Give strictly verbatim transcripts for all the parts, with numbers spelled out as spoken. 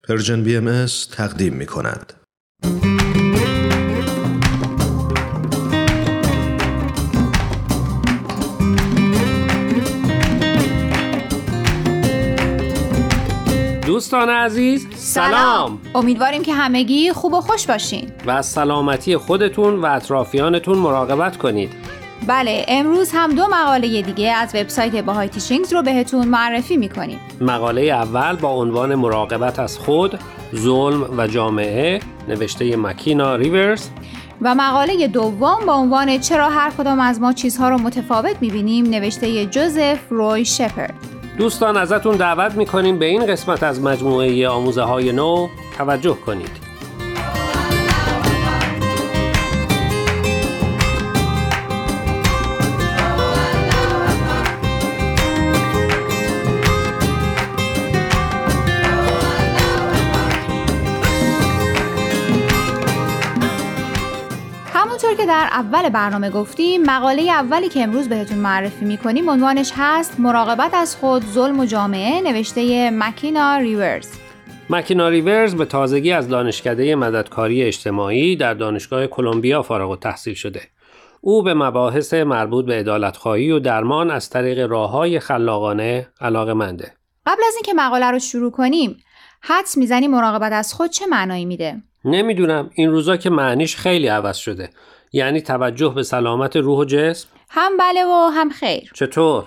پرژن بی ام اس تقدیم می کند. دوستان عزیز سلام. امیدواریم که همگی خوب و خوش باشین و از سلامتی خودتون و اطرافیانتون مراقبت کنید. بله، امروز هم دو مقاله دیگه از وبسایت بهای تیچینگز رو بهتون معرفی میکنیم. مقاله اول با عنوان مراقبت از خود، ظلم و جامعه، نوشته مکینا ریورز، و مقاله دوم با عنوان چرا هر کدام از ما چیزها رو متفاوت میبینیم، نوشته جوزف روی شپرد. دوستان ازتون دعوت میکنیم به این قسمت از مجموعه آموزه های نو توجه کنید. همونطور که در اول برنامه گفتیم، مقاله اولی که امروز بهتون معرفی میکنیم عنوانش هست مراقبت از خود، ظلم و جامعه، نوشته مکینا ریورز. مکینا ریورز به تازگی از دانشکده مددکاری اجتماعی در دانشگاه کلمبیا فارغ التحصیل شده. او به مباحث مربوط به عدالت‌خواهی و درمان از طریق راه‌های خلاقانه علاقه‌منده. قبل از اینکه مقاله رو شروع کنیم، حدس میزنی مراقبت از خود چه معنایی میده؟ نمیدونم، این روزا که معنیش خیلی عوض شده. یعنی توجه به سلامت روح و جسم؟ هم بله و هم خیر. چطور؟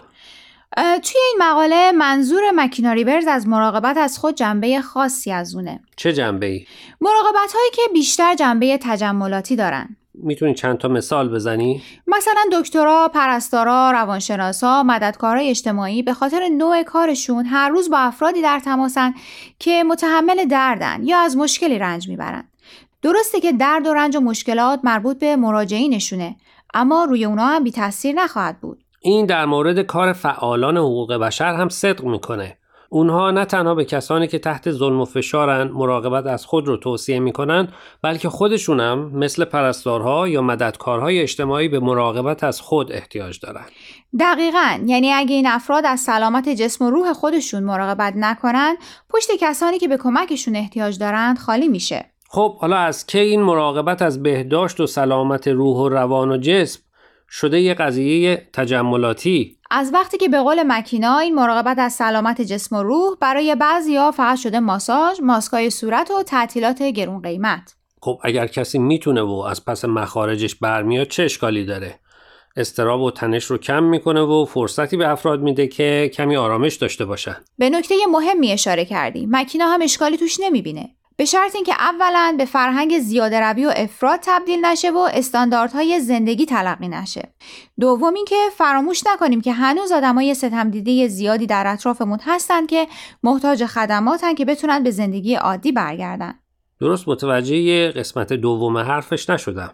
توی این مقاله منظور مکینا ریورز از مراقبت از خود جنبه خاصی از اونه. چه جنبه‌ای؟ مراقبت هایی که بیشتر جنبه تجملاتی دارن. میتونی چند تا مثال بزنی؟ مثلا دکترها، پرستارا، روانشناسا، مددکارای اجتماعی به خاطر نوع کارشون هر روز با افرادی در تماسن که متحمل دردن یا از مشکلی رنج میبرن. درسته که درد و رنج و مشکلات مربوط به مراجعینشونه، اما روی اونا هم بی تاثیر نخواهد بود. این در مورد کار فعالان حقوق بشر هم صدق میکنه. اونها نه تنها به کسانی که تحت ظلم و فشارن مراقبت از خود رو توصیه میکنن، بلکه خودشون هم مثل پرستارها یا مددکارهای اجتماعی به مراقبت از خود احتیاج دارن. دقیقاً، یعنی اگه این افراد از سلامت جسم و روح خودشون مراقبت نکنن، پشت کسانی که به کمکشون احتیاج دارن خالی میشه. خب حالا از کی این مراقبت از بهداشت و سلامت روح و روان و جسم شده یه قضیه تجملاتی؟ از وقتی که به قول مکینا این مراقبت از سلامت جسم و روح برای بعضیا فقط شده ماساژ، ماسکای صورت و تعطیلات گرون قیمت. خب اگر کسی میتونه و از پس مخارجش برمیاد چه اشکالی داره؟ اضطراب و تنش رو کم میکنه و فرصتی به افراد میده که کمی آرامش داشته باشن. به نکته مهمی اشاره کردی. مکینا هم اشکالی توش نمیبینه، به شرط اینکه اولاً به فرهنگ زیاده روی و افراط تبدیل نشه و استانداردهای زندگی تلقی نشه. دوم اینکه فراموش نکنیم که هنوز آدمای ستمدیده زیادی در اطرافمون هستن که محتاج خدماتن که بتونن به زندگی عادی برگردن. درست متوجه قسمت دوم حرفش نشدم.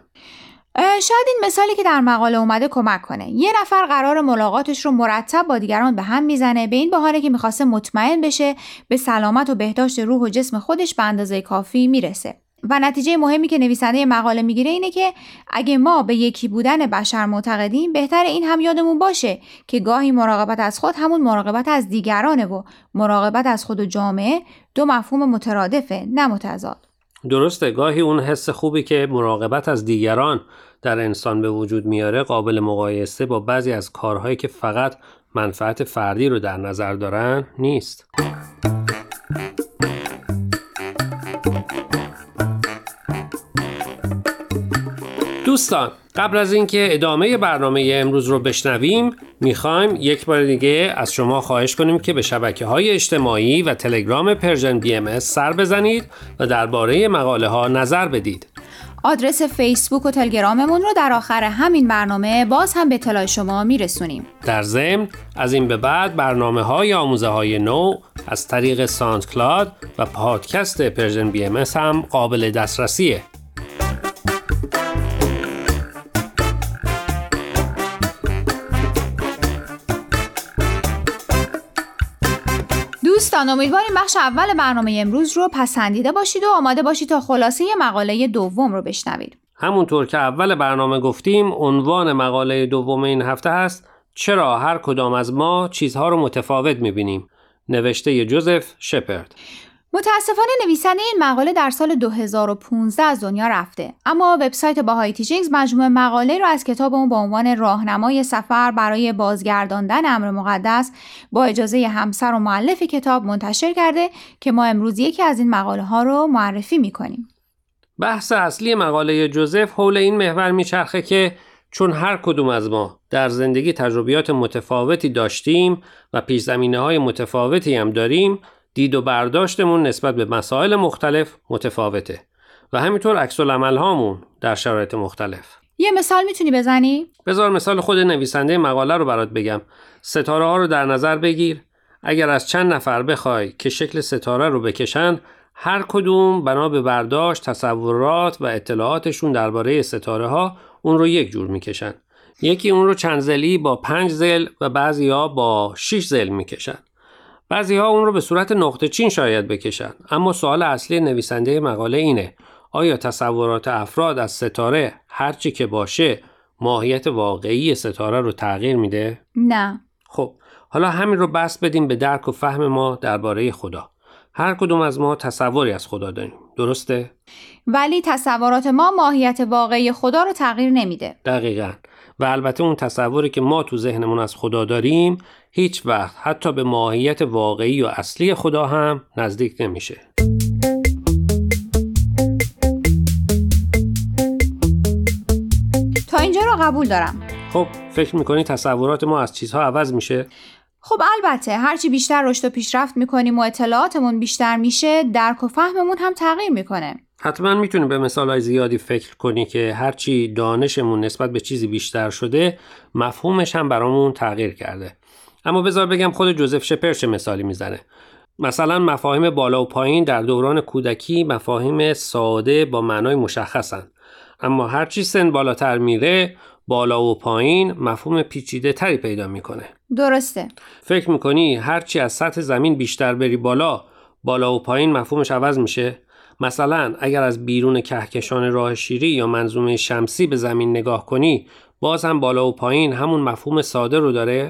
شاید این مثالی که در مقاله اومده کمک کنه. یه نفر قرار ملاقاتش رو مرتب با دیگران به هم میزنه به این بهانه که میخواسته مطمئن بشه به سلامت و بهداشت روح و جسم خودش به اندازه کافی میرسه. و نتیجه مهمی که نویسنده مقاله میگیره اینه که اگه ما به یکی بودن بشر معتقدیم، بهتره این هم یادمون باشه که گاهی مراقبت از خود همون مراقبت از دیگرانه و مراقبت از خود و جامعه دو مفهوم مترادفه، نه متضاد. درسته، گاهی اون حس خوبی که مراقبت از دیگران در انسان به وجود میاره قابل مقایسه با بعضی از کارهایی که فقط منفعت فردی رو در نظر دارن نیست. دوستان، قبل از اینکه ادامه برنامه امروز رو بشنویم، میخوایم یک بار دیگه از شما خواهش کنیم که به شبکه‌های اجتماعی و تلگرام پرژن بی ام اس سر بزنید و درباره مقاله ها نظر بدید. آدرس فیسبوک و تلگراممون رو در آخر همین برنامه باز هم به اطلاع شما میرسونیم. در ضمن از این به بعد برنامه‌های آموزه های نو از طریق ساوند کلاود و پادکست پرژن بی ام اس هم قابل دسترسیه. دوستان، امیدواریم بخش اول برنامه امروز رو پسندیده باشید و آماده باشید تا خلاصه مقاله دوم رو بشنوید. همونطور که اول برنامه گفتیم، عنوان مقاله دوم این هفته هست چرا هر کدام از ما چیزها رو متفاوت می‌بینیم، نوشته جوزف شپرد. متاسفانه نویسنده این مقاله در سال دو هزار و پانزده از دنیا رفته، اما وبسایت باهای تیچینگز مجموعه مقاله را از کتاب اون با عنوان راهنمای سفر برای بازگرداندن امر مقدس با اجازه همسر و مؤلف کتاب منتشر کرده که ما امروز یکی از این مقاله ها رو معرفی می‌کنیم. بحث اصلی مقاله جوزف حول این محور میچرخه که چون هر کدوم از ما در زندگی تجربیات متفاوتی داشتیم و پیش‌زمینه‌های متفاوتی هم داریم، دید و برداشتمون نسبت به مسائل مختلف متفاوته و همینطور عکس العمل هامون در شرایط مختلف. یه مثال میتونی بزنی؟ بذار مثال خود نویسنده مقاله رو برات بگم. ستاره ها رو در نظر بگیر. اگر از چند نفر بخوای که شکل ستاره رو بکشن، هر کدوم بنا به برداشت، تصورات و اطلاعاتشون درباره ستاره ها اون رو یک جور میکشن. یکی اون رو چند ضلعی با پنج ضلع و بعضی‌ها با شش ضلع میکشن. بعضی ها اون رو به صورت نقطه چین شاید بکشن. اما سوال اصلی نویسنده مقاله اینه: آیا تصورات افراد از ستاره هرچی که باشه ماهیت واقعی ستاره رو تغییر میده؟ نه. خب حالا همین رو بس بدیم به درک و فهم ما درباره خدا. هر کدوم از ما تصوری از خدا داریم، درسته؟ ولی تصورات ما ماهیت واقعی خدا رو تغییر نمیده. دقیقاً. و البته اون تصوری که ما تو ذهنمون از خدا داریم هیچ وقت حتی به ماهیت واقعی و اصلی خدا هم نزدیک نمیشه. تا اینجا رو قبول دارم. خب فکر میکنی تصورات ما از چیزها عوض میشه؟ خب البته هرچی بیشتر رشد و پیشرفت میکنیم و اطلاعاتمون بیشتر میشه، درک و فهممون هم تغییر میکنه. حتما میتونی به مثالهای زیادی فکر کنی که هرچی دانشمون نسبت به چیزی بیشتر شده، مفهومش هم برامون تغییر کرده. اما بذار بگم خود جوزف شپر چه مثالی میزنه. مثلا مفاهیم بالا و پایین در دوران کودکی مفاهیم ساده با معنای مشخصن، اما هرچی سن بالاتر میره، بالا و پایین مفهوم پیچیده تری پیدا میکنه. درسته. فکر میکنی هرچی از سطح زمین بیشتر بری بالا، بالا و پایین مفهومش عوض میشه؟ مثلا اگر از بیرون کهکشان راه شیری یا منظومه شمسی به زمین نگاه کنی، باز هم بالا و پایین همون مفهوم ساده رو داره؟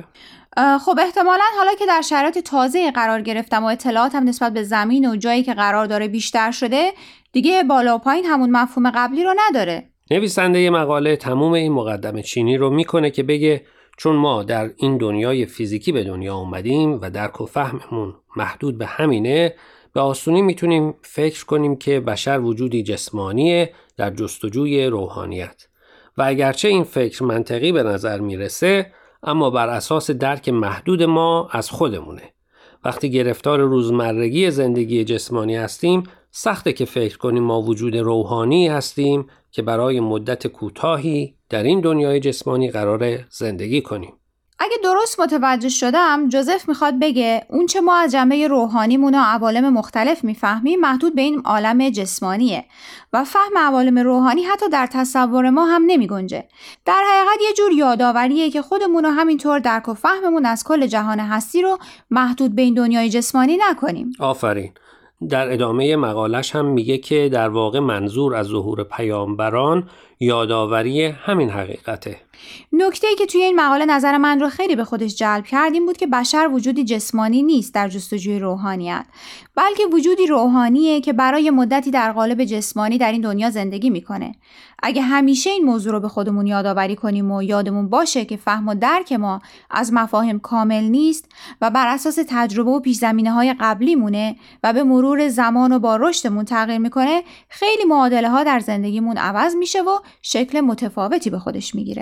خب احتمالاً حالا که در شرایط تازه قرار گرفتم و اطلاعاتم نسبت به زمین و جایی که قرار داره بیشتر شده، دیگه بالا و پایین همون مفهوم قبلی رو نداره. نویسنده مقاله تموم این مقدمه چینی رو میکنه که بگه چون ما در این دنیای فیزیکی به دنیا اومدیم و درک و فهممون محدود به همینه، به آسونی میتونیم فکر کنیم که بشر وجودی جسمانیه در جستجوی روحانیت. و اگرچه این فکر منطقی به نظر میرسه، اما بر اساس درک محدود ما از خودمونه. وقتی گرفتار روزمرگی زندگی جسمانی هستیم، سخته که فکر کنیم ما وجود روحانی هستیم که برای مدت کوتاهی در این دنیای جسمانی قراره زندگی کنیم. اگه درست متوجه شدم، جوزف میخواد بگه اون چه ما از جنبه روحانیمون و عوالم مختلف میفهمیم محدود به این عالم جسمانیه و فهم عوالم روحانی حتی در تصور ما هم نمیگنجه. در حقیقت یه جور یادآوریه که خودمون و همینطور درک و فهممون از کل جهان هستی رو محدود به این دنیای جسمانی نکنیم. آفرین. در ادامه مقالش هم میگه که در واقع منظور از ظهور پیامبران یادآوری همین حقیقته. نکته‌ای که توی این مقاله نظر من رو خیلی به خودش جلب کرد این بود که بشر وجودی جسمانی نیست در جستجوی روحانیت، بلکه وجودی روحانیه که برای مدتی در قالب جسمانی در این دنیا زندگی میکنه. اگه همیشه این موضوع رو به خودمون یادآوری کنیم و یادمون باشه که فهم و درک ما از مفاهیم کامل نیست و بر اساس تجربه و پیش‌زمینه‌های قبلی مونه و به مرور زمان و با رشدمون تغییر میکنه، خیلی معادله ها در زندگیمون عوض میشه و شکل متفاوتی به خودش میگیره.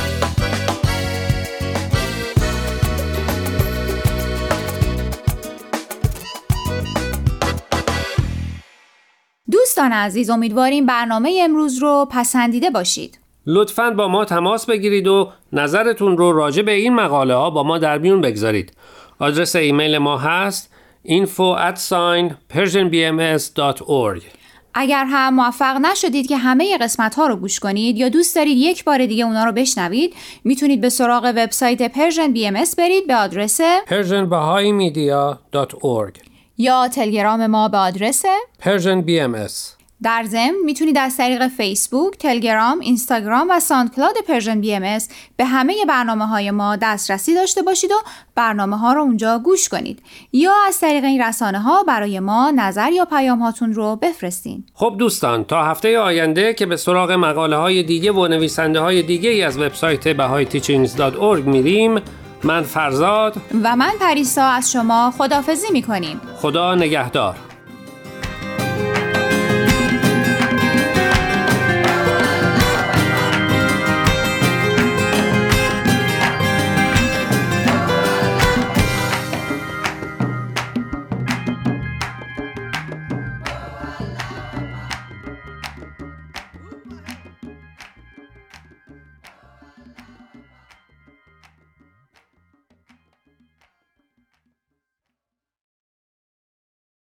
دوستان عزیز، امیدواریم برنامه امروز رو پسندیده باشید. لطفاً با ما تماس بگیرید و نظرتون رو راجع به این مقاله ها با ما در میون بگذارید. آدرس ایمیل ما هست info at persian b m s dot org. اگر هم موفق نشدید که همه قسمت ها رو گوش کنید یا دوست دارید یک بار دیگه اونا رو بشنوید، میتونید به سراغ وبسایت Persian بی ام اس برید به آدرس persian bahai media dot org یا تلگرام ما به آدرس Persian بی ام اس. در ضمن میتونید از طریق فیسبوک، تلگرام، اینستاگرام و ساندکلاد پرژن بی ام اس به همه برنامه‌های ما دسترسی داشته باشید و برنامه‌ها رو اونجا گوش کنید یا از طریق این رسانه‌ها برای ما نظر یا پیام هاتون رو بفرستین. خب دوستان، تا هفته آینده که به سراغ مقاله‌های دیگه و نویسنده‌های دیگه ای از وبسایت بهای تیچینگز دات اورگ میریم، من فرزاد و من پریسا از شما خداحافظی می‌کنیم. خدا نگهدار.